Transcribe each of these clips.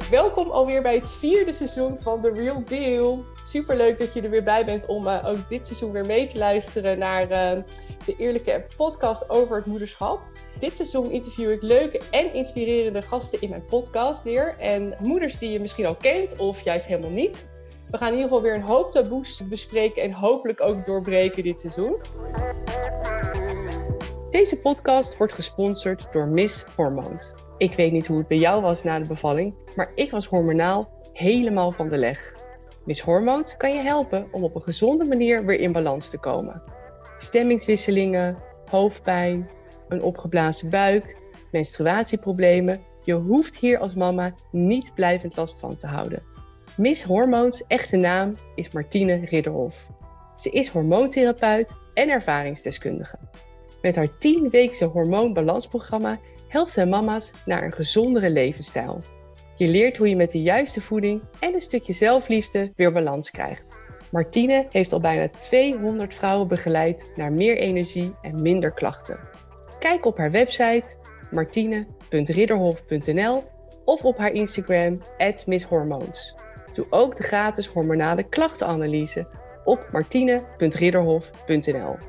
Welkom alweer bij het 4e seizoen van The Real Deal. Superleuk dat je er weer bij bent om ook dit seizoen weer mee te luisteren naar de eerlijke podcast over het moederschap. Dit seizoen interview ik leuke en inspirerende gasten in mijn podcast weer. En moeders die je misschien al kent of juist helemaal niet. We gaan in ieder geval weer een hoop taboes bespreken en hopelijk ook doorbreken dit seizoen. Deze podcast wordt gesponsord door Miss Hormones. Ik weet niet hoe het bij jou was na de bevalling, maar ik was hormonaal helemaal van de leg. Miss Hormones kan je helpen om op een gezonde manier weer in balans te komen. Stemmingswisselingen, hoofdpijn, een opgeblazen buik, menstruatieproblemen. Je hoeft hier als mama niet blijvend last van te houden. Miss Hormones' echte naam is Martine Ridderhof. Ze is hormoontherapeut en ervaringsdeskundige. Met haar 10-weekse hormoonbalansprogramma helpt zij mama's naar een gezondere levensstijl. Je leert hoe je met de juiste voeding en een stukje zelfliefde weer balans krijgt. Martine heeft al bijna 200 vrouwen begeleid naar meer energie en minder klachten. Kijk op haar website martine.ridderhof.nl of op haar Instagram @misshormones. Doe ook de gratis hormonale klachtenanalyse op martine.ridderhof.nl.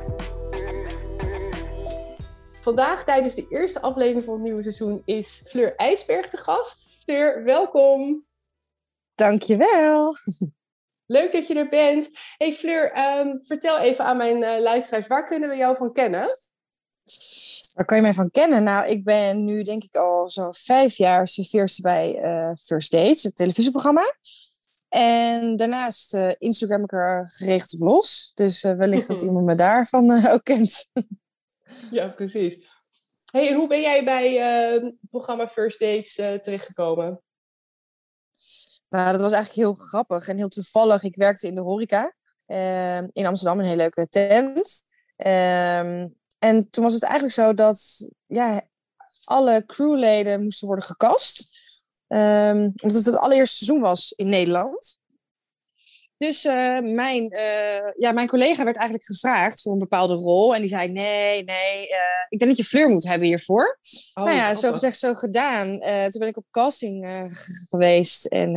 Vandaag tijdens de eerste aflevering van het nieuwe seizoen is Fleur IJsberg de gast. Fleur, welkom. Dankjewel. Leuk dat je er bent. Hey Fleur, vertel even aan mijn luisteraars, waar kunnen we jou van kennen? Waar kan je mij van kennen? Nou, ik ben nu denk ik al zo'n 5 jaar serveerster bij First Dates, het televisieprogramma. En daarnaast Instagram ik er geregeld op los. Dus wellicht dat iemand me daarvan ook kent. Ja, precies. Hey, en hoe ben jij bij het programma First Dates terechtgekomen? Nou, dat was eigenlijk heel grappig en heel toevallig. Ik werkte in de horeca in Amsterdam, een hele leuke tent. En toen was het eigenlijk zo dat alle crewleden moesten worden gecast. Omdat het allereerste seizoen was in Nederland. Dus mijn collega werd eigenlijk gevraagd voor een bepaalde rol. En die zei, nee, ik denk dat je Fleur moet hebben hiervoor. Oh, nou ja, grappig. zo gezegd, zo gedaan. Toen ben ik op casting geweest. En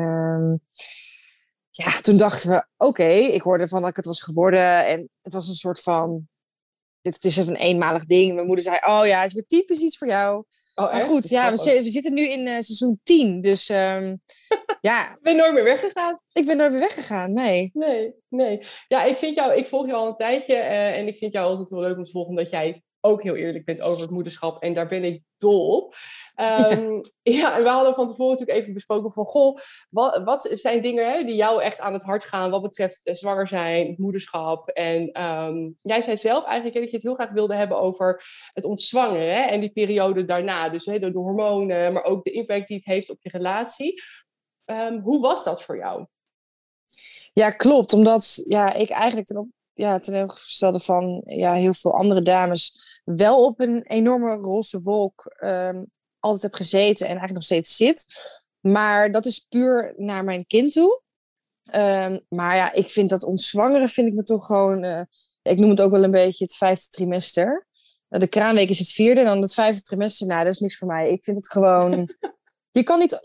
toen dachten we, oké, ik hoorde van dat ik het was geworden. En het was een soort van, dit is even een eenmalig ding. Mijn moeder zei, oh ja, het is weer typisch iets voor jou. Oh, maar goed, ja, we zitten nu in seizoen 10. Dus ja. Ik ben nooit meer weggegaan. Ik ben nooit meer weggegaan, nee. Nee. Ja, ik volg jou al een tijdje en ik vind jou altijd heel leuk om te volgen, omdat jij ook heel eerlijk bent over het moederschap. En daar ben ik dol op. En we hadden van tevoren natuurlijk even besproken van, goh, wat zijn dingen die jou echt aan het hart gaan wat betreft zwanger zijn, het moederschap. En jij zei zelf eigenlijk dat je het heel graag wilde hebben over het ontzwangeren en die periode daarna. Dus de hormonen, maar ook de impact die het heeft op je relatie. Hoe was dat voor jou? Ja, klopt. Omdat ik eigenlijk ten opgestelde van heel veel andere dames wel op een enorme roze wolk altijd heb gezeten en eigenlijk nog steeds zit. Maar dat is puur naar mijn kind toe. Maar ja, ik vind dat ontzwangeren vind ik me toch gewoon... ik noem het ook wel een beetje het 5e trimester. De kraamweek is het 4e en dan het 5e trimester. Nou, dat is niks voor mij. Ik vind het gewoon... Je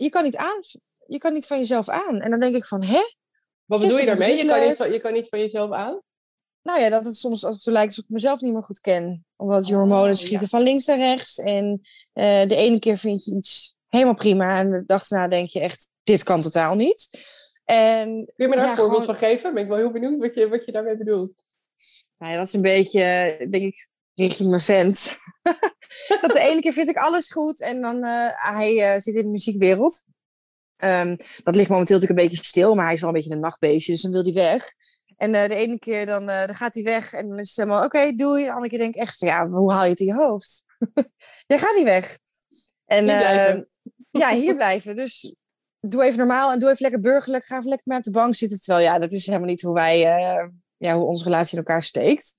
kan niet van jezelf aan. En dan denk ik van, hè? Wat bedoel je daarmee? Je kan niet van jezelf aan? Nou ja, dat het soms alsof het lijkt alsof ik mezelf niet meer goed ken. Omdat je hormonen schieten van links naar rechts. En de ene keer vind je iets helemaal prima. En de dag daarna denk je echt, dit kan totaal niet. En, kun je me daar een voorbeeld van geven? Ben ik wel heel benieuwd wat je daarmee bedoelt. Nou ja, dat is een beetje, denk ik, richting mijn vent. Dat de ene keer vind ik alles goed. En dan hij zit in de muziekwereld. Dat ligt momenteel natuurlijk een beetje stil. Maar hij is wel een beetje een nachtbeestje. Dus dan wil hij weg. En de ene keer dan gaat hij weg en dan is het helemaal oké, doei. En de andere keer denk ik echt van hoe haal je het in je hoofd? Jij gaat niet weg. En hier blijven. Hier blijven. Dus doe even normaal en doe even lekker burgerlijk. Ga even lekker mee op de bank zitten. Terwijl dat is helemaal niet hoe hoe onze relatie in elkaar steekt.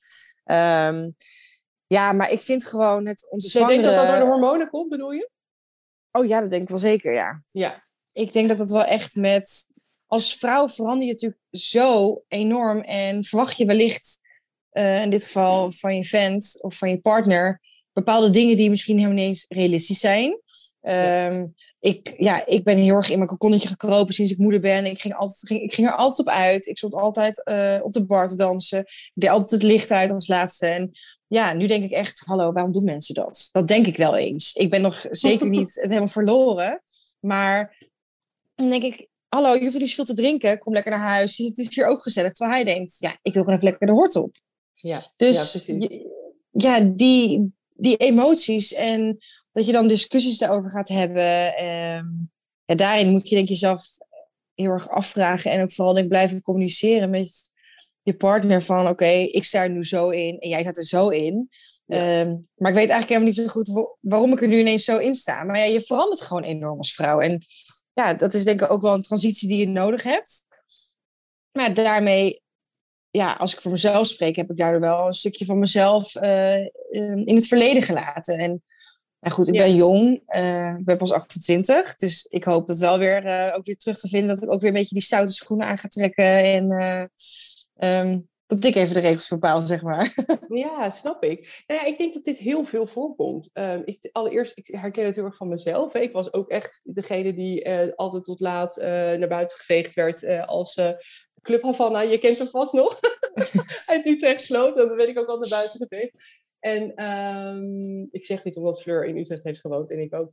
Maar ik vind gewoon het ontzwangeren... Dus jij denkt dat door de hormonen komt, bedoel je? Oh ja, dat denk ik wel zeker, ja. Ik denk dat dat wel echt met... Als vrouw verander je natuurlijk zo enorm en verwacht je wellicht, in dit geval van je vent of van je partner, bepaalde dingen die misschien helemaal niet eens realistisch zijn. ik ben heel erg in mijn kokonnetje gekropen sinds ik moeder ben. Ik ging er altijd op uit. Ik stond altijd op de bar te dansen. Ik deed altijd het licht uit als laatste. En ja, nu denk ik echt, hallo, waarom doen mensen dat? Dat denk ik wel eens. Ik ben nog zeker niet het helemaal verloren. Maar dan denk ik, hallo, je hoeft er niet veel te drinken. Kom lekker naar huis. Het is hier ook gezellig. Terwijl hij denkt, ja, ik wil gewoon even lekker de hort op. Ja, Dus precies. ja, die emoties en dat je dan discussies daarover gaat hebben. Ja, daarin moet je denk je jezelf heel erg afvragen en ook vooral denk blijven communiceren met je partner van oké, ik sta er nu zo in en jij staat er zo in. Ja. Maar ik weet eigenlijk helemaal niet zo goed waarom ik er nu ineens zo in sta. Maar ja, je verandert gewoon enorm als vrouw. En ja, dat is denk ik ook wel een transitie die je nodig hebt. Maar daarmee, ja, als ik voor mezelf spreek, heb ik daardoor wel een stukje van mezelf in het verleden gelaten. En nou goed, ik ben jong, ik ben pas 28. Dus ik hoop dat wel weer ook weer terug te vinden. Dat ik ook weer een beetje die stoute schoenen aan ga trekken. En dat ik even de regels bepaal, zeg maar. Ja, snap ik. Nou ja, ik denk dat dit heel veel voorkomt. Allereerst, ik herken het heel erg van mezelf. Hè. Ik was ook echt degene die altijd tot laat naar buiten geveegd werd als Club Havana. Je kent hem vast nog. Uit Utrecht Sloot, dan ben ik ook al naar buiten geveegd. En ik zeg dit omdat Fleur in Utrecht heeft gewoond en ik ook.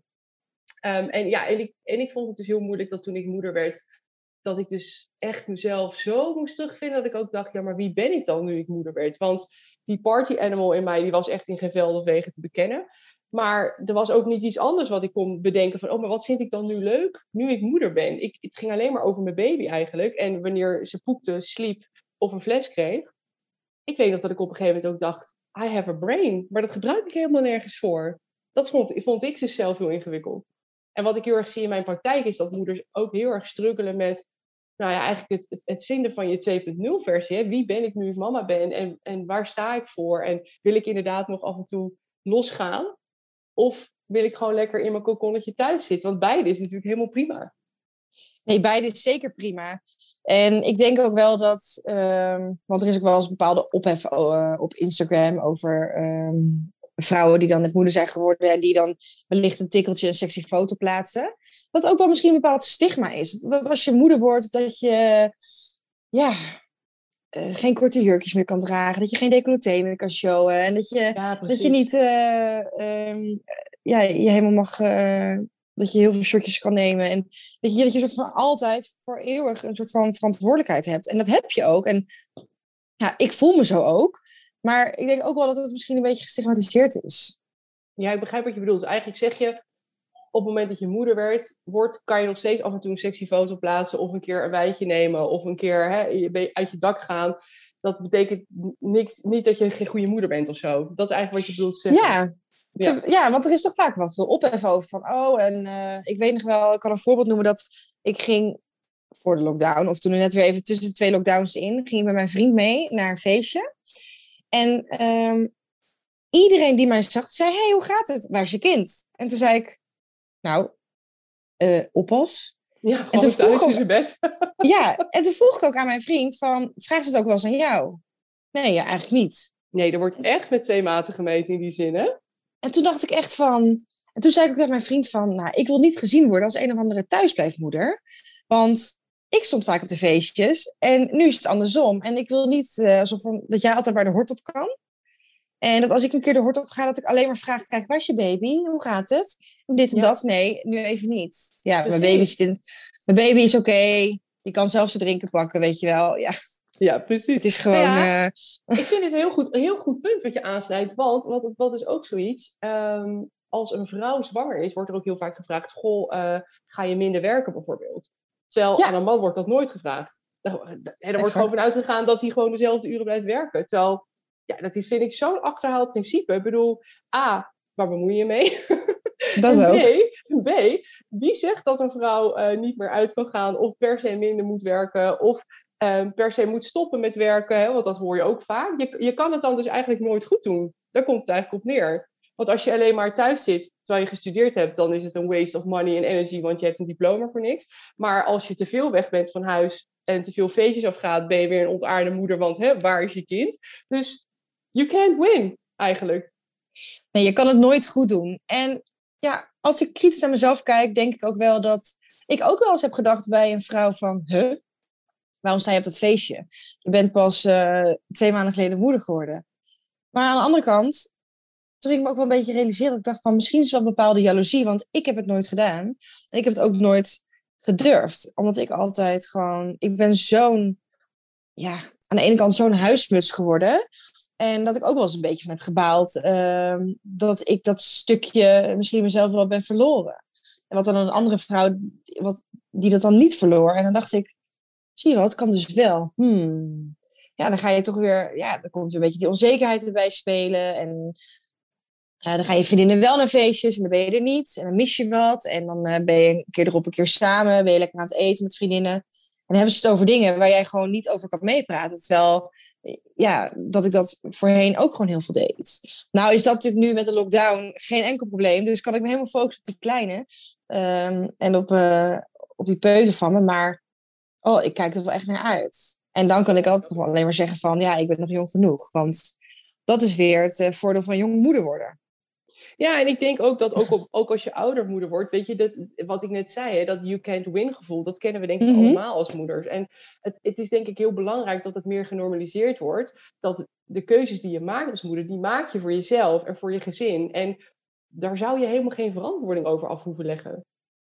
En ik vond het dus heel moeilijk dat toen ik moeder werd, dat ik dus echt mezelf zo moest terugvinden, dat ik ook dacht, ja, maar wie ben ik dan nu ik moeder werd? Want die party animal in mij, die was echt in geen velden of wegen te bekennen. Maar er was ook niet iets anders wat ik kon bedenken van, oh, maar wat vind ik dan nu leuk, nu ik moeder ben? Het ging alleen maar over mijn baby eigenlijk. En wanneer ze poepte, sliep of een fles kreeg. Ik weet nog dat ik op een gegeven moment ook dacht, I have a brain. Maar dat gebruik ik helemaal nergens voor. Dat vond ik dus zelf heel ingewikkeld. En wat ik heel erg zie in mijn praktijk is dat moeders ook heel erg struggelen met, nou ja, eigenlijk het vinden van je 2.0 versie. Hè? Wie ben ik nu ik mama ben en waar sta ik voor? En wil ik inderdaad nog af en toe losgaan? Of wil ik gewoon lekker in mijn kokonnetje thuis zitten? Want beide is natuurlijk helemaal prima. Nee, beide is zeker prima. En ik denk ook wel dat, want er is ook wel eens een bepaalde ophef op Instagram over vrouwen die dan net moeder zijn geworden en die dan wellicht een tikkeltje een sexy foto plaatsen. Wat ook wel misschien een bepaald stigma is. Dat als je moeder wordt, dat je ja, geen korte jurkjes meer kan dragen, dat je geen decolleté meer kan showen en dat je niet je helemaal mag. Dat je heel veel shotjes kan nemen. En dat je soort van altijd voor eeuwig een soort van verantwoordelijkheid hebt. En dat heb je ook. En ja, ik voel me zo ook. Maar ik denk ook wel dat het misschien een beetje gestigmatiseerd is. Ja, ik begrijp wat je bedoelt. Eigenlijk zeg je, op het moment dat je moeder wordt, kan je nog steeds af en toe een sexy foto plaatsen. Of een keer een wijntje nemen. Of een keer uit je dak gaan. Dat betekent niet dat je geen goede moeder bent of zo. Dat is eigenlijk wat je bedoelt te zeggen. Ja, want er is toch vaak wel veel ophef over van, ik weet nog wel, ik kan een voorbeeld noemen dat ik ging voor de lockdown, of toen er net weer even tussen de 2 lockdowns in, ging ik met mijn vriend mee naar een feestje. En iedereen die mij zag, zei, hey, hoe gaat het? Waar is je kind? En toen zei ik, nou, oppas. Ja, en toen vroeg ik bed. Ja, en toen vroeg ik ook aan mijn vriend van, vraagt ze het ook wel eens aan jou? Nee, ja, eigenlijk niet. Nee, er wordt echt met 2 maten gemeten in die zin, hè? En toen dacht ik echt van... En toen zei ik ook tegen mijn vriend van... Nou, ik wil niet gezien worden als een of andere thuisblijfmoeder. Want ik stond vaak op de feestjes. En nu is het andersom. En ik wil niet dat jij altijd bij de hort op kan. En dat als ik een keer de hort op ga... dat ik alleen maar vragen krijg... Waar is je baby? Hoe gaat het? Dit en dat? Nee, nu even niet. Ja, mijn baby is oké. Die kan zelf zijn drinken pakken, weet je wel. Ja. Ja, precies. Het is gewoon... Ik vind het een heel goed punt wat je aansnijdt. Want wat is ook zoiets... als een vrouw zwanger is, wordt er ook heel vaak gevraagd... Goh, ga je minder werken bijvoorbeeld? Terwijl aan een man wordt dat nooit gevraagd. Er wordt gewoon vanuit gegaan dat hij gewoon dezelfde uren blijft werken. Terwijl, ja, dat vind ik zo'n achterhaald principe. Ik bedoel, A, waar bemoei je mee? Dat en ook. B, wie zegt dat een vrouw niet meer uit kan gaan... of per se minder moet werken... of per se moet stoppen met werken, hè, want dat hoor je ook vaak. Je kan het dan dus eigenlijk nooit goed doen. Daar komt het eigenlijk op neer. Want als je alleen maar thuis zit, terwijl je gestudeerd hebt, dan is het een waste of money en energy, want je hebt een diploma voor niks. Maar als je te veel weg bent van huis en te veel feestjes afgaat, ben je weer een ontaarde moeder, want waar is je kind? Dus you can't win, eigenlijk. Nee, je kan het nooit goed doen. En Ja, als ik kritisch naar mezelf kijk, denk ik ook wel dat ik ook wel eens heb gedacht bij een vrouw van, waarom sta je op dat feestje? Je bent pas 2 maanden geleden moeder geworden. Maar aan de andere kant, toen ik me ook wel een beetje realiseren, dat ik dacht van, misschien is het wel een bepaalde jaloezie, want ik heb het nooit gedaan. En ik heb het ook nooit gedurfd, omdat ik altijd gewoon, ik ben zo'n, ja, aan de ene kant zo'n huismuts geworden. En dat ik ook wel eens een beetje van heb gebaald. Dat ik dat stukje misschien mezelf wel ben verloren. En wat dan een andere vrouw, die dat dan niet verloor. En dan dacht ik, zie je wat, het kan dus wel. Ja, dan ga je toch weer, ja, dan komt weer een beetje die onzekerheid erbij spelen. En dan gaan je vriendinnen wel naar feestjes en dan ben je er niet. En dan mis je wat. En dan ben je een keer erop, een keer samen. Ben je lekker aan het eten met vriendinnen. En dan hebben ze het over dingen waar jij gewoon niet over kan meepraten. Terwijl, ja, dat ik dat voorheen ook gewoon heel veel deed. Nou is dat natuurlijk nu met de lockdown geen enkel probleem. Dus kan ik me helemaal focussen op die kleine. En op die peuter van me. Maar, ik kijk er wel echt naar uit. En dan kan ik altijd nog alleen maar zeggen van, ja, ik ben nog jong genoeg. Want dat is weer het voordeel van jong moeder worden. Ja, en ik denk ook dat ook als je ouder moeder wordt, weet je, wat ik net zei, hè, dat you can't win gevoel, dat kennen we denk ik allemaal als moeders. En het is denk ik heel belangrijk dat het meer genormaliseerd wordt, dat de keuzes die je maakt als moeder, die maak je voor jezelf en voor je gezin. En daar zou je helemaal geen verantwoording over af hoeven leggen.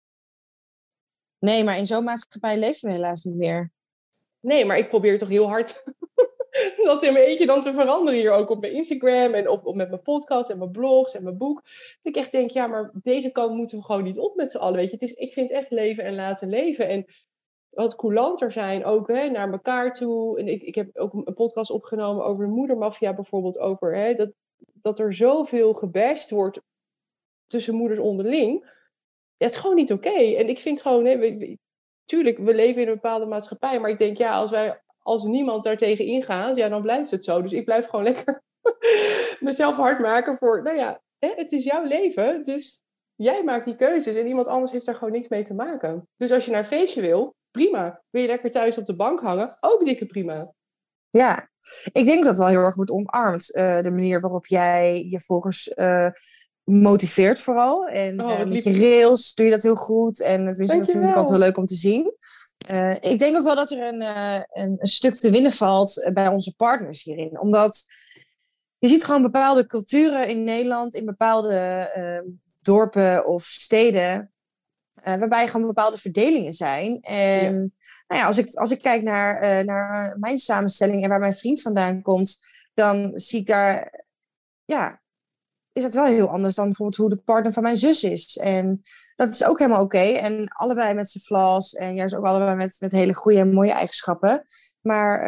Nee, maar in zo'n maatschappij leven we helaas niet meer. Nee, maar ik probeer toch heel hard dat in mijn eentje dan te veranderen hier ook op mijn Instagram en op met mijn podcast en mijn blogs en mijn boek. Dat ik echt denk, ja, maar deze kant moeten we gewoon niet op met z'n allen, weet je. Ik vind echt leven en laten leven. En wat coulanter zijn ook, hè, naar elkaar toe. En ik heb ook een podcast opgenomen over de moedermafia bijvoorbeeld, over hè, dat er zoveel gebashed wordt tussen moeders onderling. Ja, het is gewoon niet oké. En ik vind gewoon, tuurlijk, we leven in een bepaalde maatschappij, maar ik denk, ja, als niemand daartegen ingaat, ja, dan blijft het zo. Dus ik blijf gewoon lekker mezelf hard maken voor, nou ja, het is jouw leven, dus jij maakt die keuzes en iemand anders heeft daar gewoon niks mee te maken. Dus als je naar een feestje wil, prima. Wil je lekker thuis op de bank hangen, ook dikke prima. Ja, ik denk dat het wel heel erg wordt omarmd. De manier waarop jij je volgers motiveert vooral. En met je rails doe je dat heel goed. En tenminste, dat vind ik altijd wel leuk om te zien. Ik denk ook wel dat er een stuk te winnen valt bij onze partners hierin. Omdat je ziet gewoon bepaalde culturen in Nederland, in bepaalde dorpen of steden, waarbij gewoon bepaalde verdelingen zijn. En nou ja, als ik kijk naar mijn samenstelling en waar mijn vriend vandaan komt, dan zie ik daar, ja, is dat wel heel anders dan bijvoorbeeld hoe de partner van mijn zus is. En dat is ook helemaal oké. En allebei met zijn flaws en juist ook allebei met hele goede en mooie eigenschappen. Maar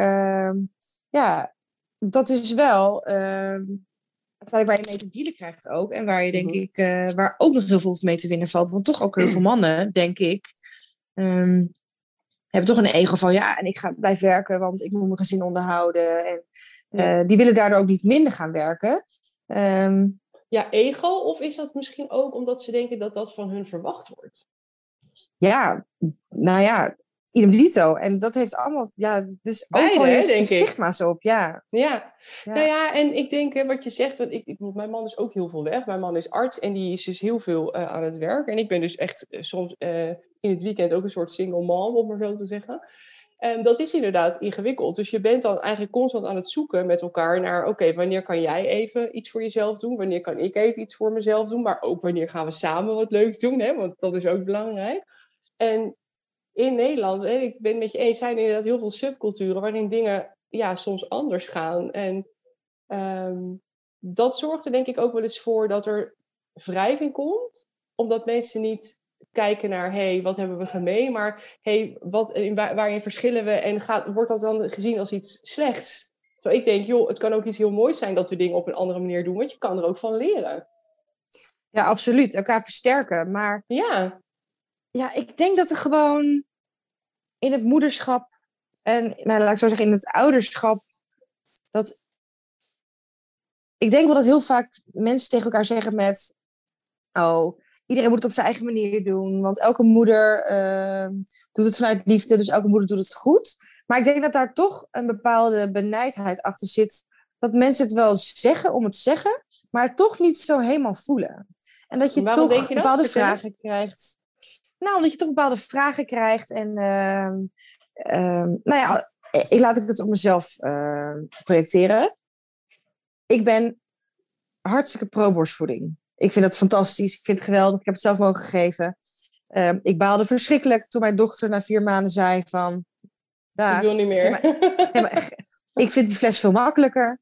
ja, dat is wel waar je mee te dealen krijgt ook. En waar je denk ik, waar ook nog heel veel mee te winnen valt. Want toch ook heel veel mannen, denk ik, hebben toch een ego van, ja, en ik ga blijven werken, want ik moet mijn gezin onderhouden. En die willen daardoor ook niet minder gaan werken. Ja, ego? Of is dat misschien ook omdat ze denken dat dat van hun verwacht wordt? Ja, nou ja, idem dito. En dat heeft allemaal, ja, dus overal een stuk stigma's op, ja. Ja. Nou ja, en ik denk wat je zegt, want mijn man is ook heel veel weg. Mijn man is arts en die is dus heel veel aan het werk. En ik ben dus echt soms in het weekend ook een soort single mom, om maar zo te zeggen. Dat is inderdaad ingewikkeld. Dus je bent dan eigenlijk constant aan het zoeken met elkaar naar, oké, wanneer kan jij even iets voor jezelf doen? Wanneer kan ik even iets voor mezelf doen? Maar ook wanneer gaan we samen wat leuks doen? Hè? Want dat is ook belangrijk. En in Nederland, ik ben het met je eens, zijn er inderdaad heel veel subculturen waarin dingen soms anders gaan. En dat zorgt er denk ik ook wel eens voor dat er wrijving komt. Omdat mensen niet kijken naar, wat hebben we gemeen? Maar, waarin verschillen we? En wordt dat dan gezien als iets slechts? Terwijl ik denk, het kan ook iets heel moois zijn dat we dingen op een andere manier doen. Want je kan er ook van leren. Ja, absoluut. Elkaar versterken. Maar ja, ik denk dat er gewoon in het moederschap en, laat ik zo zeggen, in het ouderschap, ik denk wel dat heel vaak mensen tegen elkaar zeggen met, iedereen moet het op zijn eigen manier doen, want elke moeder doet het vanuit liefde, dus elke moeder doet het goed. Maar ik denk dat daar toch een bepaalde benijdheid achter zit, dat mensen het wel zeggen om het zeggen, maar toch niet zo helemaal voelen. En dat je Waarom denk toch je dat? bepaalde Vertel eens. vragen krijgt. Nou, omdat je toch bepaalde vragen krijgt. En nou ja, laat ik het op mezelf projecteren. Ik ben hartstikke pro-borstvoeding. Ik vind het fantastisch. Ik vind het geweldig. Ik heb het zelf mogen gegeven. Ik baalde verschrikkelijk toen mijn dochter na 4 maanden zei van... Ik wil niet meer. Ik vind die fles veel makkelijker.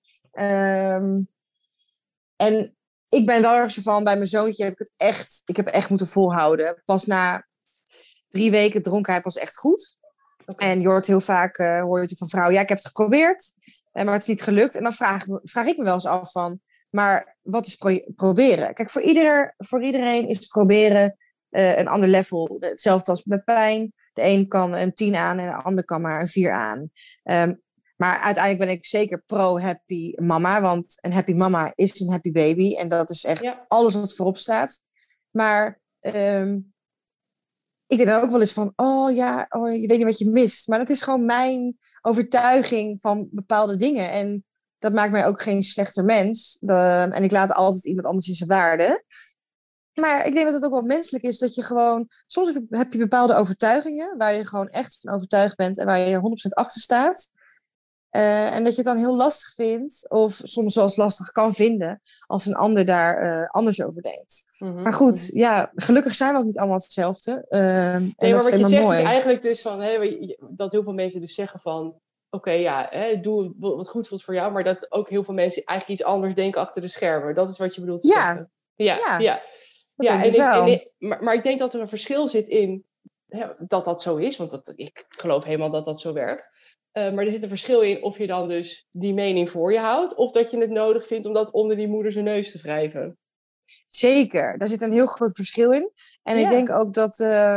En ik ben wel erg zo van, bij mijn zoontje ik heb echt moeten volhouden. Pas na 3 weken dronk hij pas echt goed. Okay. En je hoort heel vaak van vrouwen, ja, ik heb het geprobeerd, maar het is niet gelukt. En dan vraag ik me wel eens af van, maar wat is proberen? Kijk, voor iedereen is proberen een ander level. Hetzelfde als met pijn. De een kan een 10 aan en de ander kan maar een 4 aan. Maar uiteindelijk ben ik zeker pro-happy mama. Want een happy mama is een happy baby. En dat is echt alles wat voorop staat. Maar ik denk dan ook wel eens van... je weet niet wat je mist. Maar dat is gewoon mijn overtuiging van bepaalde dingen. En dat maakt mij ook geen slechter mens. En ik laat altijd iemand anders in zijn waarde. Maar ik denk dat het ook wel menselijk is dat je gewoon... Soms heb je bepaalde overtuigingen... waar je gewoon echt van overtuigd bent... en waar je 100% achter staat... en dat je het dan heel lastig vindt, of soms zelfs lastig kan vinden, als een ander daar anders over denkt. Mm-hmm. Maar goed, ja, gelukkig zijn we ook niet allemaal hetzelfde. En nee, maar wat je zegt mooi. is eigenlijk dus van, dat heel veel mensen dus zeggen van, doe wat goed voelt voor jou, maar dat ook heel veel mensen eigenlijk iets anders denken achter de schermen. Dat is wat je bedoelt te zeggen. Ja. Maar ik denk dat er een verschil zit in dat zo is, want ik geloof helemaal dat dat zo werkt. Maar er zit een verschil in of je dan dus die mening voor je houdt... of dat je het nodig vindt om dat onder die moeder zijn neus te wrijven. Zeker, daar zit een heel groot verschil in. En ik denk ook dat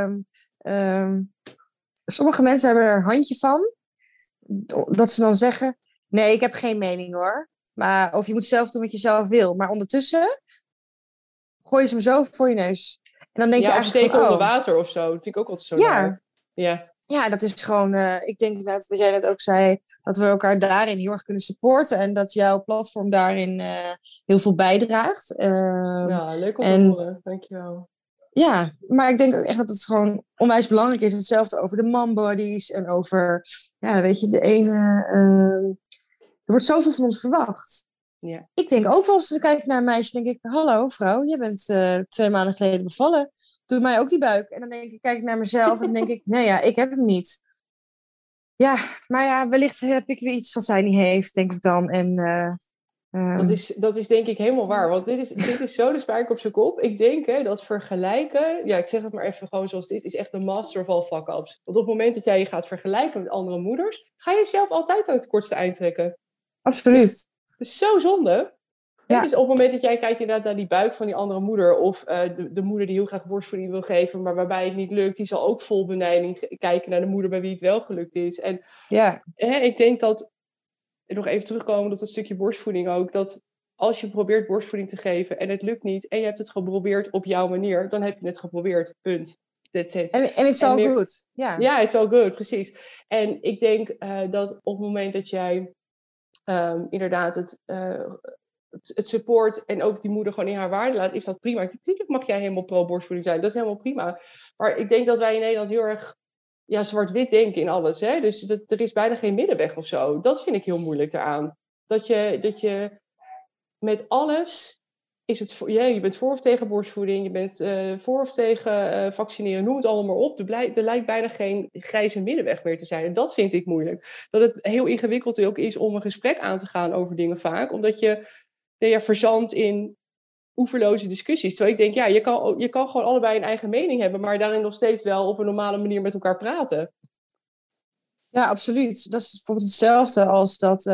sommige mensen hebben er een handje van. Dat ze dan zeggen, nee, ik heb geen mening hoor. Of je moet zelf doen wat je zelf wil. Maar ondertussen gooi je ze hem zo voor je neus. En dan denk je eigenlijk steken onder water of zo. Dat vind ik ook altijd zo raar. Ja, dat is gewoon... ik denk inderdaad, wat jij net ook zei... dat we elkaar daarin heel erg kunnen supporten... en dat jouw platform daarin heel veel bijdraagt. Leuk om te horen. Dankjewel. Ja, maar ik denk ook echt dat het gewoon onwijs belangrijk is. Hetzelfde over de man-bodies en over... Ja, weet je, de ene... er wordt zoveel van ons verwacht. Ja. Ik denk ook wel, als ik kijk naar een meisje... denk ik, hallo vrouw, je bent 2 maanden geleden bevallen... Doe mij ook die buik. En dan kijk ik naar mezelf en dan denk ik, nee ja, ik heb hem niet. Ja, maar ja, wellicht heb ik weer iets wat zij niet heeft, denk ik dan. En, dat is denk ik helemaal waar. Want dit is zo de spijker op zijn kop. Ik denk dat vergelijken, ik zeg het maar even gewoon zoals dit, is echt de master of all fuck-ups. Want op het moment dat jij je gaat vergelijken met andere moeders, ga je zelf altijd aan het kortste eind trekken. Absoluut. Dat is zo zonde. Ja. Dus op het moment dat jij kijkt inderdaad naar die buik van die andere moeder... of de moeder die heel graag borstvoeding wil geven... maar waarbij het niet lukt... die zal ook vol benijding kijken naar de moeder... bij wie het wel gelukt is. En ik denk dat... nog even terugkomen op dat stukje borstvoeding ook... dat als je probeert borstvoeding te geven... en het lukt niet... en je hebt het geprobeerd op jouw manier... dan heb je het geprobeerd. Punt. That's it. En it's all good. Ja, it's all good. Precies. En ik denk dat op het moment dat jij... inderdaad het support en ook die moeder gewoon in haar waarde laat, is dat prima. Natuurlijk mag jij helemaal pro-borstvoeding zijn, dat is helemaal prima. Maar ik denk dat wij in Nederland heel erg zwart-wit denken in alles. Hè? Dus er is bijna geen middenweg of zo. Dat vind ik heel moeilijk daaraan. Dat je met alles, je bent voor of tegen borstvoeding, je bent voor of tegen vaccineren, noem het allemaal maar op. Er lijkt bijna geen grijze middenweg meer te zijn. En dat vind ik moeilijk. Dat het heel ingewikkeld ook is om een gesprek aan te gaan over dingen vaak, omdat je verzandt in oeverloze discussies. Terwijl ik denk, je kan gewoon allebei een eigen mening hebben, maar daarin nog steeds wel op een normale manier met elkaar praten. Ja, absoluut. Dat is bijvoorbeeld hetzelfde als dat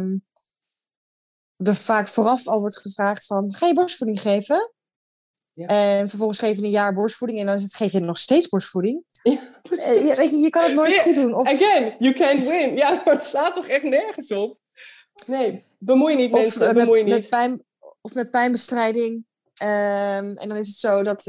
er vaak vooraf al wordt gevraagd van, ga je borstvoeding geven? Ja. En vervolgens geef je een jaar borstvoeding en dan geef je nog steeds borstvoeding. Ja, weet je kan het nooit goed doen. Again, you can't win. Ja, maar het staat toch echt nergens op? Nee, bemoei niet mensen, bemoei niet. Met pijnbestrijding. En dan is het zo dat...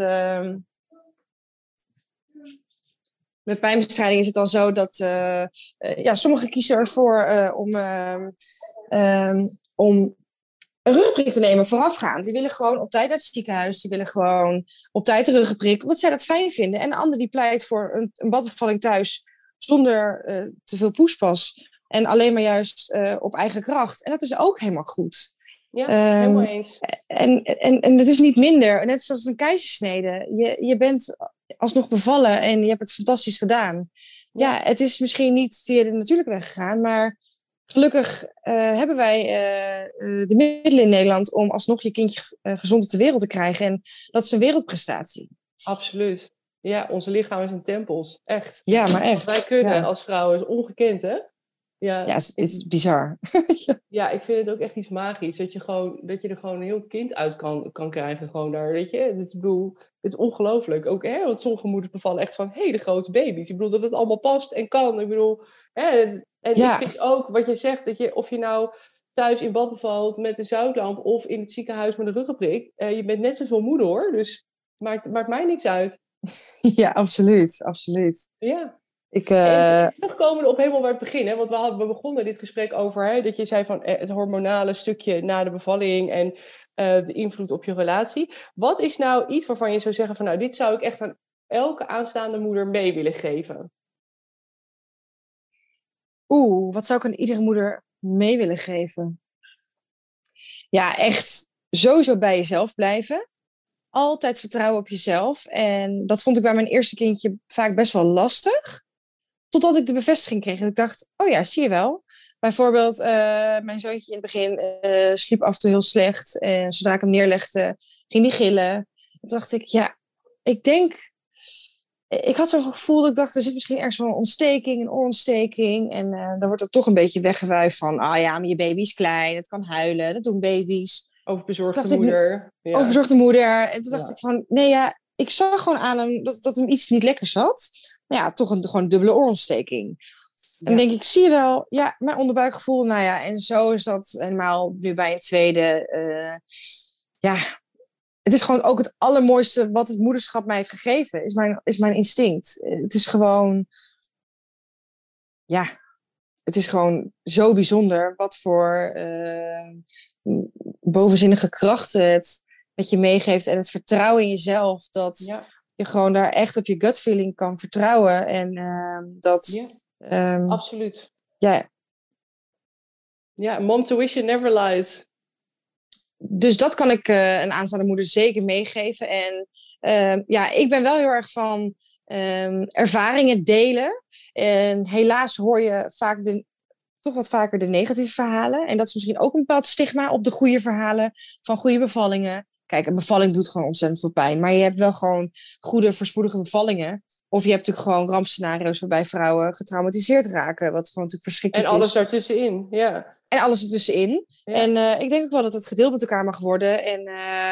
met pijnbestrijding is het dan zo dat... sommigen kiezen ervoor om een rugprik te nemen voorafgaand. Die willen gewoon op tijd uit het ziekenhuis. Die willen gewoon op tijd de rugprik, omdat zij dat fijn vinden. En de ander die pleit voor een badbevalling thuis zonder te veel poespas. En alleen maar juist op eigen kracht. En dat is ook helemaal goed. Ja, helemaal eens. En het is niet minder. Net zoals een keizersnede. Je bent alsnog bevallen en je hebt het fantastisch gedaan. Ja, het is misschien niet via de natuurlijke weg gegaan, maar gelukkig hebben wij de middelen in Nederland om alsnog je kindje gezond op de wereld te krijgen. En dat is een wereldprestatie. Absoluut. Ja, onze lichamen zijn tempels. Echt. Ja, maar echt. Wat wij kunnen als vrouwen is ongekend, hè? Ja, het is bizar. Ja, ik vind het ook echt iets magisch. Dat je er gewoon een heel kind uit kan krijgen. Gewoon daar, weet je. Ik bedoel, het is ongelooflijk. Ook, hè, want sommige moeders bevallen echt van hele grote baby's. Ik bedoel, dat het allemaal past en kan. Ik bedoel, hè, en ik vind ook, wat je zegt, of je nou thuis in bad bevalt met een zoutlamp of in het ziekenhuis met een ruggenprik. Je bent net zoveel moeder, hoor. Dus maakt mij niks uit. Ja, absoluut. Absoluut. Ja. En terugkomen op helemaal bij het begin, hè, want we begonnen dit gesprek over, hè, dat je zei van het hormonale stukje na de bevalling en de invloed op je relatie. Wat is nou iets waarvan je zou zeggen van nou, dit zou ik echt aan elke aanstaande moeder mee willen geven? Wat zou ik aan iedere moeder mee willen geven? Ja, echt sowieso bij jezelf blijven. Altijd vertrouwen op jezelf. En dat vond ik bij mijn eerste kindje vaak best wel lastig. Totdat ik de bevestiging kreeg. En ik dacht, oh ja, zie je wel. Bijvoorbeeld, mijn zoontje in het begin sliep af en toe heel slecht. En zodra ik hem neerlegde, ging hij gillen. En toen dacht ik, ja, ik had zo'n gevoel dat ik dacht, er zit misschien ergens wel een oorontsteking. En dan wordt het toch een beetje weggewuifd van, ah ja, maar je baby is klein, het kan huilen, dat doen baby's. Overbezorgde moeder. Ja. Overbezorgde moeder. En toen dacht ik van, nee ja, ik zag gewoon aan hem dat hem iets niet lekker zat. Nou ja, toch gewoon een dubbele oorontsteking. En dan denk ik, zie je wel, ja, mijn onderbuikgevoel, nou ja, en zo is dat helemaal nu bij een tweede. Ja, het is gewoon ook het allermooiste wat het moederschap mij heeft gegeven, is mijn instinct. Het is gewoon, ja, het is gewoon zo bijzonder wat voor bovenzinnige krachten het met je meegeeft en het vertrouwen in jezelf, dat je gewoon daar echt op je gut feeling kan vertrouwen. En dat... absoluut. Ja. Ja, mom tuition never lies. Dus dat kan ik een aanstaande moeder zeker meegeven. En ik ben wel heel erg van ervaringen delen. En helaas hoor je vaak toch wat vaker de negatieve verhalen. En dat is misschien ook een bepaald stigma op de goede verhalen van goede bevallingen. Kijk, een bevalling doet gewoon ontzettend veel pijn. Maar je hebt wel gewoon goede, voorspoedige bevallingen. Of je hebt natuurlijk gewoon rampscenario's waarbij vrouwen getraumatiseerd raken. Wat gewoon natuurlijk verschrikkelijk is. En alles daartussenin, ja. En alles ertussenin. Ja. En ik denk ook wel dat het gedeeld met elkaar mag worden. En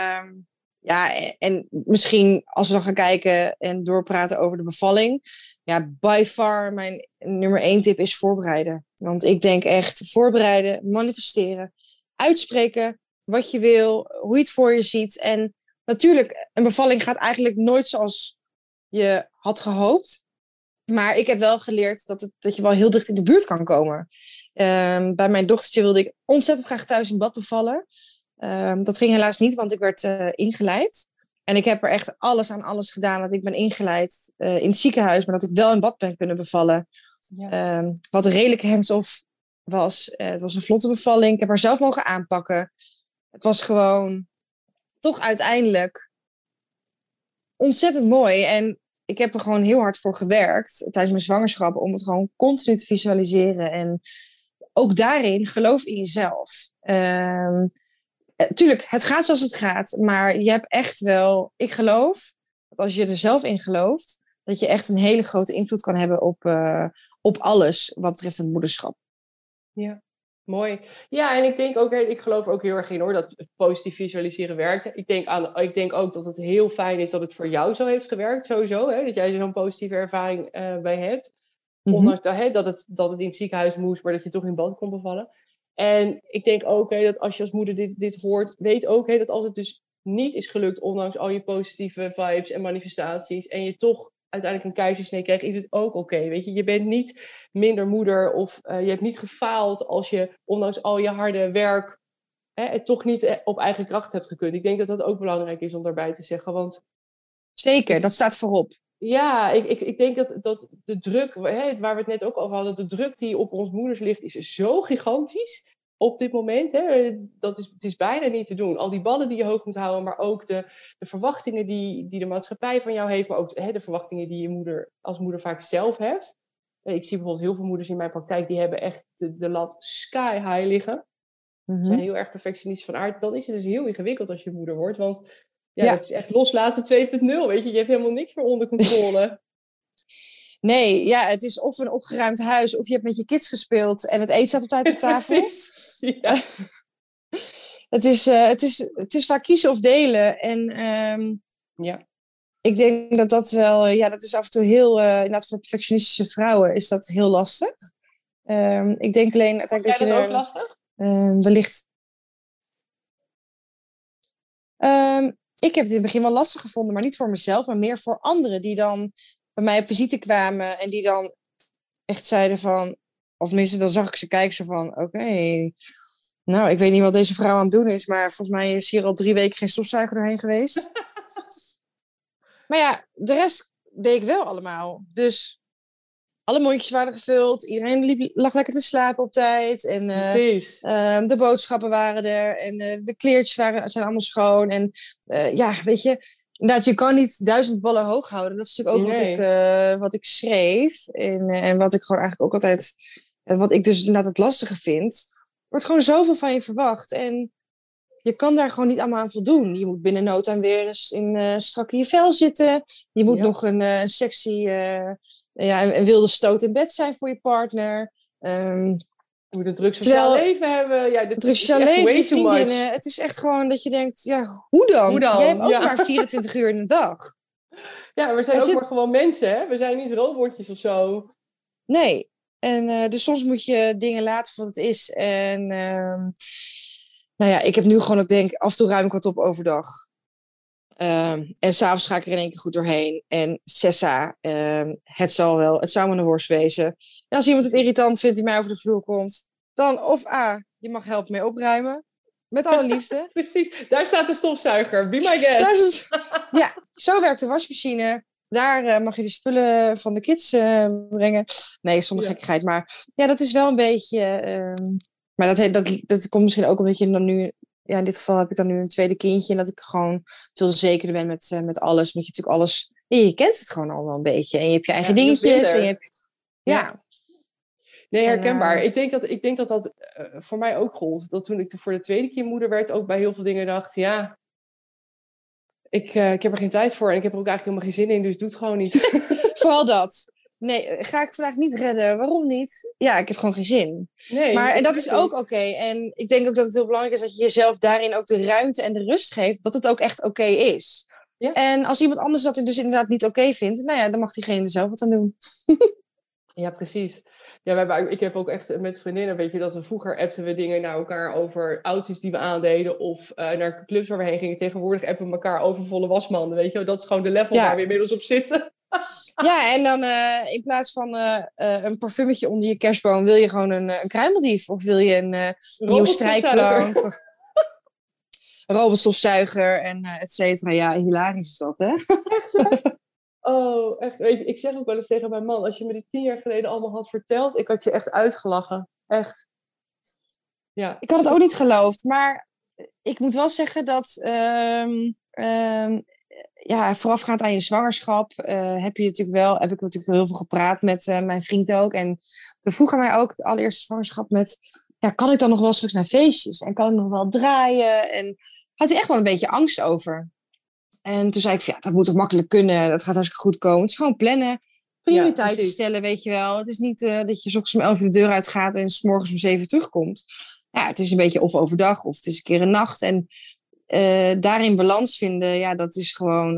en misschien als we dan gaan kijken en doorpraten over de bevalling. Ja, by far mijn nummer 1 tip is voorbereiden. Want ik denk echt voorbereiden, manifesteren, uitspreken wat je wil, hoe je het voor je ziet. En natuurlijk, een bevalling gaat eigenlijk nooit zoals je had gehoopt. Maar ik heb wel geleerd dat je wel heel dicht in de buurt kan komen. Bij mijn dochtertje wilde ik ontzettend graag thuis in bad bevallen. Dat ging helaas niet, want ik werd ingeleid. En ik heb er echt alles gedaan dat ik ben ingeleid in het ziekenhuis, maar dat ik wel in bad ben kunnen bevallen. Ja. Wat redelijk hands-off was. Het was een vlotte bevalling. Ik heb haar zelf mogen aanpakken. Het was gewoon toch uiteindelijk ontzettend mooi. En ik heb er gewoon heel hard voor gewerkt tijdens mijn zwangerschap om het gewoon continu te visualiseren. En ook daarin geloof in jezelf. Tuurlijk, het gaat zoals het gaat. Maar je hebt echt wel... Ik geloof dat als je er zelf in gelooft, dat je echt een hele grote invloed kan hebben op alles wat betreft het moederschap. Ja, mooi. Ja, en ik denk ook, ik geloof er ook heel erg in hoor, dat positief visualiseren werkt. Ik denk ook dat het heel fijn is dat het voor jou zo heeft gewerkt, sowieso. Hè, dat jij zo'n positieve ervaring bij hebt. Mm-hmm. Ondanks dat het in het ziekenhuis moest, maar dat je toch in bad kon bevallen. En ik denk ook dat als je als moeder dit hoort, weet ook dat als het dus niet is gelukt, ondanks al je positieve vibes en manifestaties, en je toch uiteindelijk een keizersnee krijgt, is het ook oké. Weet je, je bent niet minder moeder of je hebt niet gefaald als je, ondanks al je harde werk, het toch niet op eigen kracht hebt gekund. Ik denk dat dat ook belangrijk is om daarbij te zeggen. Want Zeker, dat staat voorop. ja, ik denk dat de druk, waar we het net ook over hadden, de druk die op ons moeders ligt, is zo gigantisch op dit moment. Het is bijna niet te doen. Al die ballen die je hoog moet houden, maar ook de verwachtingen die de maatschappij van jou heeft, maar ook de verwachtingen die je als moeder vaak zelf hebt. Ik zie bijvoorbeeld heel veel moeders in mijn praktijk, die hebben echt de lat sky high liggen. Mm-hmm. Zijn heel erg perfectionistisch van aard. Dan is het dus heel ingewikkeld als je moeder wordt, want dat is echt loslaten 2.0, weet je. Je hebt helemaal niks meer onder controle. Nee, ja, het is of een opgeruimd huis, of je hebt met je kids gespeeld en het eten staat op tijd op tafel. Precies, ja. Het is vaak kiezen of delen. En ik denk dat wel, dat is af en toe heel, inderdaad voor perfectionistische vrouwen is dat heel lastig. Ik denk alleen uiteindelijk dat je dat ook lastig? Wellicht. Ik heb het in het begin wel lastig gevonden, maar niet voor mezelf, maar meer voor anderen die dan bij mij op visite kwamen en die dan echt zeiden van, of tenminste, dan zag ik ze kijken zo van, oké, nou, ik weet niet wat deze vrouw aan het doen is, maar volgens mij is hier al 3 weken geen stofzuiger doorheen geweest. Maar ja, de rest deed ik wel allemaal. Dus alle mondjes waren gevuld, iedereen lag lekker te slapen op tijd. En de boodschappen waren er en de kleertjes zijn allemaal schoon. En weet je, inderdaad, je kan niet 1000 ballen hoog houden. Dat is natuurlijk ook wat ik schreef. En wat ik gewoon eigenlijk ook altijd, wat ik dus inderdaad het lastige vind. Er wordt gewoon zoveel van je verwacht. En je kan daar gewoon niet allemaal aan voldoen. Je moet binnen no time weer eens strak in je vel zitten. Je moet nog een sexy, een wilde stoot in bed zijn voor je partner. Je moet een druk sociaal leven hebben. Ja, dit druk sociaal leven, je vriendinnen. Het is echt gewoon dat je denkt, ja, hoe dan? Jij hebt ook maar 24 uur in de dag. Ja, we zijn ook maar gewoon mensen, hè? We zijn niet robotjes of zo. Nee. En dus soms moet je dingen laten voor wat het is. En ik heb nu gewoon, ik denk, af en toe ruim ik wat op overdag. En s'avonds ga ik er in één keer goed doorheen. En Sessa, het zal wel, het zou maar een worst wezen. En als iemand het irritant vindt die mij over de vloer komt, dan of je mag helpen mee opruimen. Met alle liefde. Precies, daar staat de stofzuiger. Be my guest. Zo werkt de wasmachine. Daar mag je de spullen van de kids brengen. Nee, zonder gekkigheid. Maar ja, dat is wel een beetje... maar dat komt misschien ook omdat je dan nu... Ja, in dit geval heb ik dan nu een tweede kindje. En dat ik gewoon veel zekerder ben met alles. Omdat je natuurlijk alles... je kent het gewoon al wel een beetje. En je hebt je eigen dingetjes. En je hebt, Nee, herkenbaar. Ik denk dat voor mij ook gold. Dat toen ik voor de tweede keer moeder werd... ook bij heel veel dingen dacht... Ik heb er geen tijd voor en ik heb er ook eigenlijk helemaal geen zin in, dus doe het gewoon niet. Vooral dat. Nee, ga ik vandaag niet redden. Waarom niet? Ja, ik heb gewoon geen zin. Nee, maar en dat is ook oké. En ik denk ook dat het heel belangrijk is dat je jezelf daarin ook de ruimte en de rust geeft, dat het ook echt oké is. Ja. En als iemand anders dat dus inderdaad niet oké vindt, dan mag diegene er zelf wat aan doen. Ja, precies. Ja, ik heb ook echt met vriendinnen, weet je, dat we vroeger appten we dingen naar elkaar over outfits die we aandeden of naar clubs waar we heen gingen. Tegenwoordig appen we elkaar over volle wasmanden, weet je. Dat is gewoon de level waar we inmiddels op zitten. Ja, en dan in plaats van een parfumetje onder je kerstboom, wil je gewoon een kruimeldief of wil je een nieuwe strijkplank. Een robotstofzuiger en et cetera. Ja, hilarisch is dat, hè? Oh, echt. Weet je, ik zeg ook wel eens tegen mijn man, als je me dit 10 jaar geleden allemaal had verteld, ik had je echt uitgelachen. Echt. Ja. Ik had het ook niet geloofd, maar ik moet wel zeggen dat voorafgaand aan je zwangerschap heb ik natuurlijk heel veel gepraat met mijn vriend ook. En toen vroeg hij mij ook de allereerste zwangerschap met, kan ik dan nog wel straks naar feestjes? En kan ik nog wel draaien? En had hij echt wel een beetje angst over. En toen zei ik, dat moet toch makkelijk kunnen. Dat gaat hartstikke goed komen. Het is gewoon plannen. Prioriteiten stellen, weet je wel. Het is niet dat je 's ochtends om 11 uur de deur uitgaat en 's morgens om 7 uur terugkomt. Ja, het is een beetje of overdag of het is een keer een nacht. En daarin balans vinden, dat is gewoon...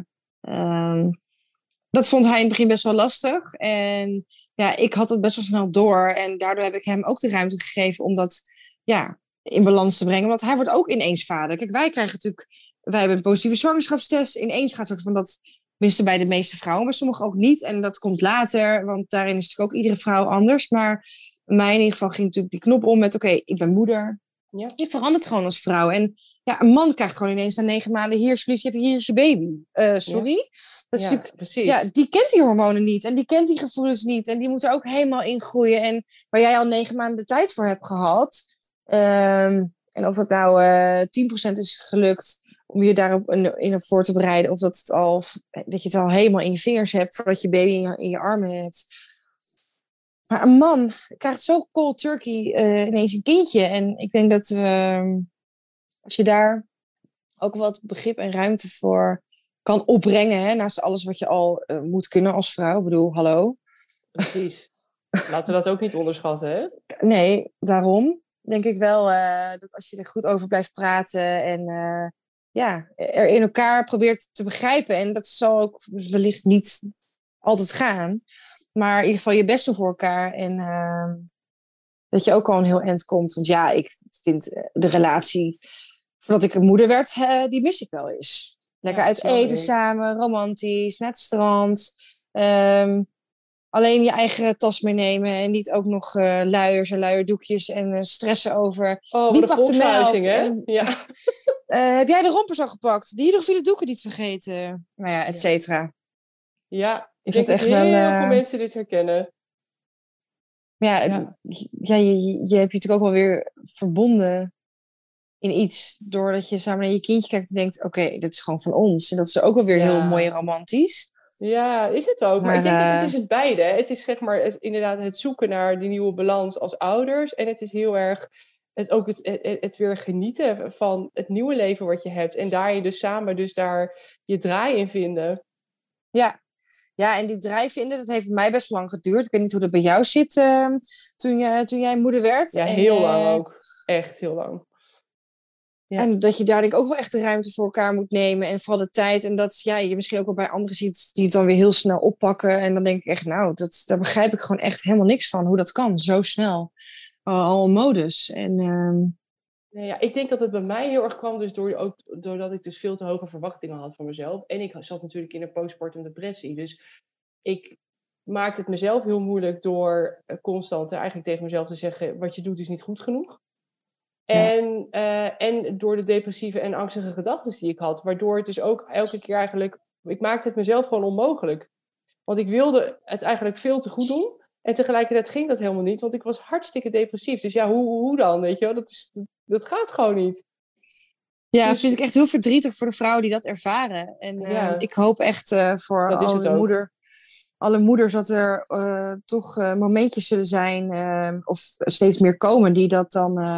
dat vond hij in het begin best wel lastig. En ik had het best wel snel door. En daardoor heb ik hem ook de ruimte gegeven om dat in balans te brengen. Want hij wordt ook ineens vader. Kijk, wij hebben een positieve zwangerschapstest. Ineens gaat soort van dat, tenminste bij de meeste vrouwen, maar sommigen ook niet. En dat komt later, want daarin is natuurlijk ook iedere vrouw anders. Maar mij in ieder geval ging natuurlijk die knop om met, oké, ik ben moeder. Ja. Je verandert gewoon als vrouw. En ja, een man krijgt gewoon ineens na 9 maanden... hier is je baby. Sorry? Ja. Dat is natuurlijk, precies. Ja, die kent die hormonen niet. En die kent die gevoelens niet. En die moet er ook helemaal in groeien. En waar jij al 9 maanden de tijd voor hebt gehad... en of dat nou 10% is gelukt... om je daarop in op voor te bereiden... of dat je het al helemaal in je vingers hebt... voordat je baby in je armen hebt... Maar een man krijgt zo cold turkey ineens een kindje. En ik denk dat als je daar ook wat begrip en ruimte voor kan opbrengen... Hè, naast alles wat je al moet kunnen als vrouw. Ik bedoel, hallo. Precies. Laten we dat ook niet onderschatten, hè? Nee, daarom denk ik wel dat als je er goed over blijft praten... en er in elkaar probeert te begrijpen... en dat zal ook wellicht niet altijd gaan... Maar in ieder geval je best doen voor elkaar. En dat je ook al een heel eind komt. Want ja, ik vind de relatie... voordat ik een moeder werd, die mis ik wel eens. Lekker uit eten samen, romantisch, naar het strand. Alleen je eigen tas meenemen. En niet ook nog luiers en luierdoekjes. En stressen over... Oh, wat een volkshuizing, hè? Ja. Heb jij de rompers al gepakt? Die hydrofiele doeken niet vergeten? Nou ja, et cetera. Ja. Ik denk dat heel veel mensen dit herkennen. Ja, je hebt je natuurlijk ook wel weer verbonden in iets... doordat je samen naar je kindje kijkt en denkt... oké, dit is gewoon van ons. En dat is ook wel weer heel mooi en romantisch. Ja, is het ook. Maar ik denk dat het is het beide. Het is zeg maar inderdaad het zoeken naar die nieuwe balans als ouders. En het is heel erg het weer genieten van het nieuwe leven wat je hebt. En daarin dus samen daar je draai in vinden. Ja, en die draai vinden, dat heeft bij mij best lang geduurd. Ik weet niet hoe dat bij jou zit toen jij moeder werd. Ja, heel lang ook. Echt heel lang. Ja. En dat je daar denk ik ook wel echt de ruimte voor elkaar moet nemen. En vooral de tijd. En dat je misschien ook wel bij anderen ziet die het dan weer heel snel oppakken. En dan denk ik echt, daar begrijp ik gewoon echt helemaal niks van. Hoe dat kan, zo snel. Al een modus. En... ik denk dat het bij mij heel erg kwam dus doordat ik dus veel te hoge verwachtingen had van mezelf. En ik zat natuurlijk in een postpartum depressie. Dus ik maakte het mezelf heel moeilijk door constant eigenlijk tegen mezelf te zeggen... wat je doet is niet goed genoeg. Ja. En door de depressieve en angstige gedachten die ik had. Waardoor het dus ook elke keer eigenlijk... Ik maakte het mezelf gewoon onmogelijk. Want ik wilde het eigenlijk veel te goed doen. En tegelijkertijd ging dat helemaal niet, want ik was hartstikke depressief. Dus ja, hoe dan, weet je wel? Dat gaat gewoon niet. Ja, dat vind ik echt heel verdrietig voor de vrouwen die dat ervaren. En ik hoop echt voor alle moeders dat er toch momentjes zullen zijn, of steeds meer komen, die dat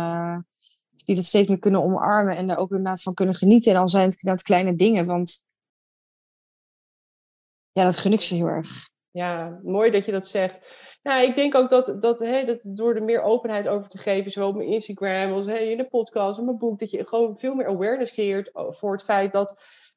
steeds meer kunnen omarmen en daar ook inderdaad van kunnen genieten. En al zijn het inderdaad kleine dingen, want ja, dat gun ik ze heel erg. Ja, mooi dat je dat zegt. Nou, ik denk ook dat door er meer openheid over te geven, zowel op mijn Instagram als in de podcast, in mijn boek, dat je gewoon veel meer awareness creëert voor het feit dat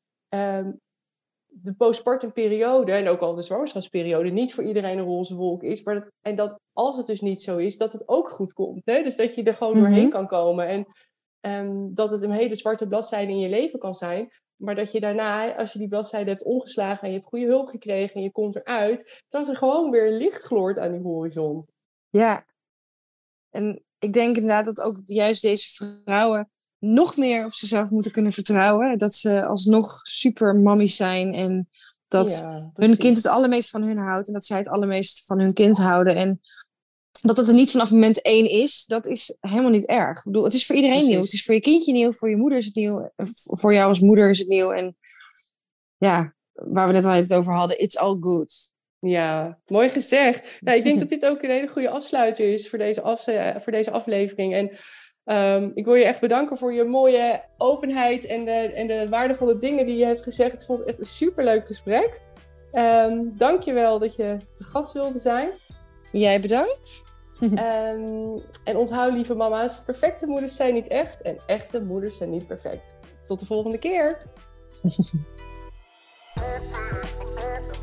de postpartum periode en ook al de zwangerschapsperiode niet voor iedereen een roze wolk is. En dat als het dus niet zo is, dat het ook goed komt. Hè? Dus dat je er gewoon doorheen kan komen. En dat het een hele zwarte bladzijde in je leven kan zijn. Maar dat je daarna, als je die bladzijde hebt omgeslagen en je hebt goede hulp gekregen en je komt eruit, dat er gewoon weer licht gloort aan die horizon. Ja, en ik denk inderdaad dat ook juist deze vrouwen nog meer op zichzelf moeten kunnen vertrouwen. Dat ze alsnog super mammies zijn en dat hun kind het allermeest van hun houdt en dat zij het allermeest van hun kind houden. En dat het er niet vanaf moment 1 is, dat is helemaal niet erg. Ik bedoel, het is voor iedereen nieuw. Het is voor je kindje nieuw, voor je moeder is het nieuw. Voor jou als moeder is het nieuw. En ja, waar we net al het over hadden, it's all good. Ja, mooi gezegd. Nou, ik denk dat dit ook een hele goede afsluiter is voor deze aflevering. En ik wil je echt bedanken voor je mooie openheid en de waardevolle dingen die je hebt gezegd. Ik vond het echt een superleuk gesprek. Dank je wel dat je te gast wilde zijn. Jij bedankt. En onthoud, lieve mama's, perfecte moeders zijn niet echt en echte moeders zijn niet perfect. Tot de volgende keer.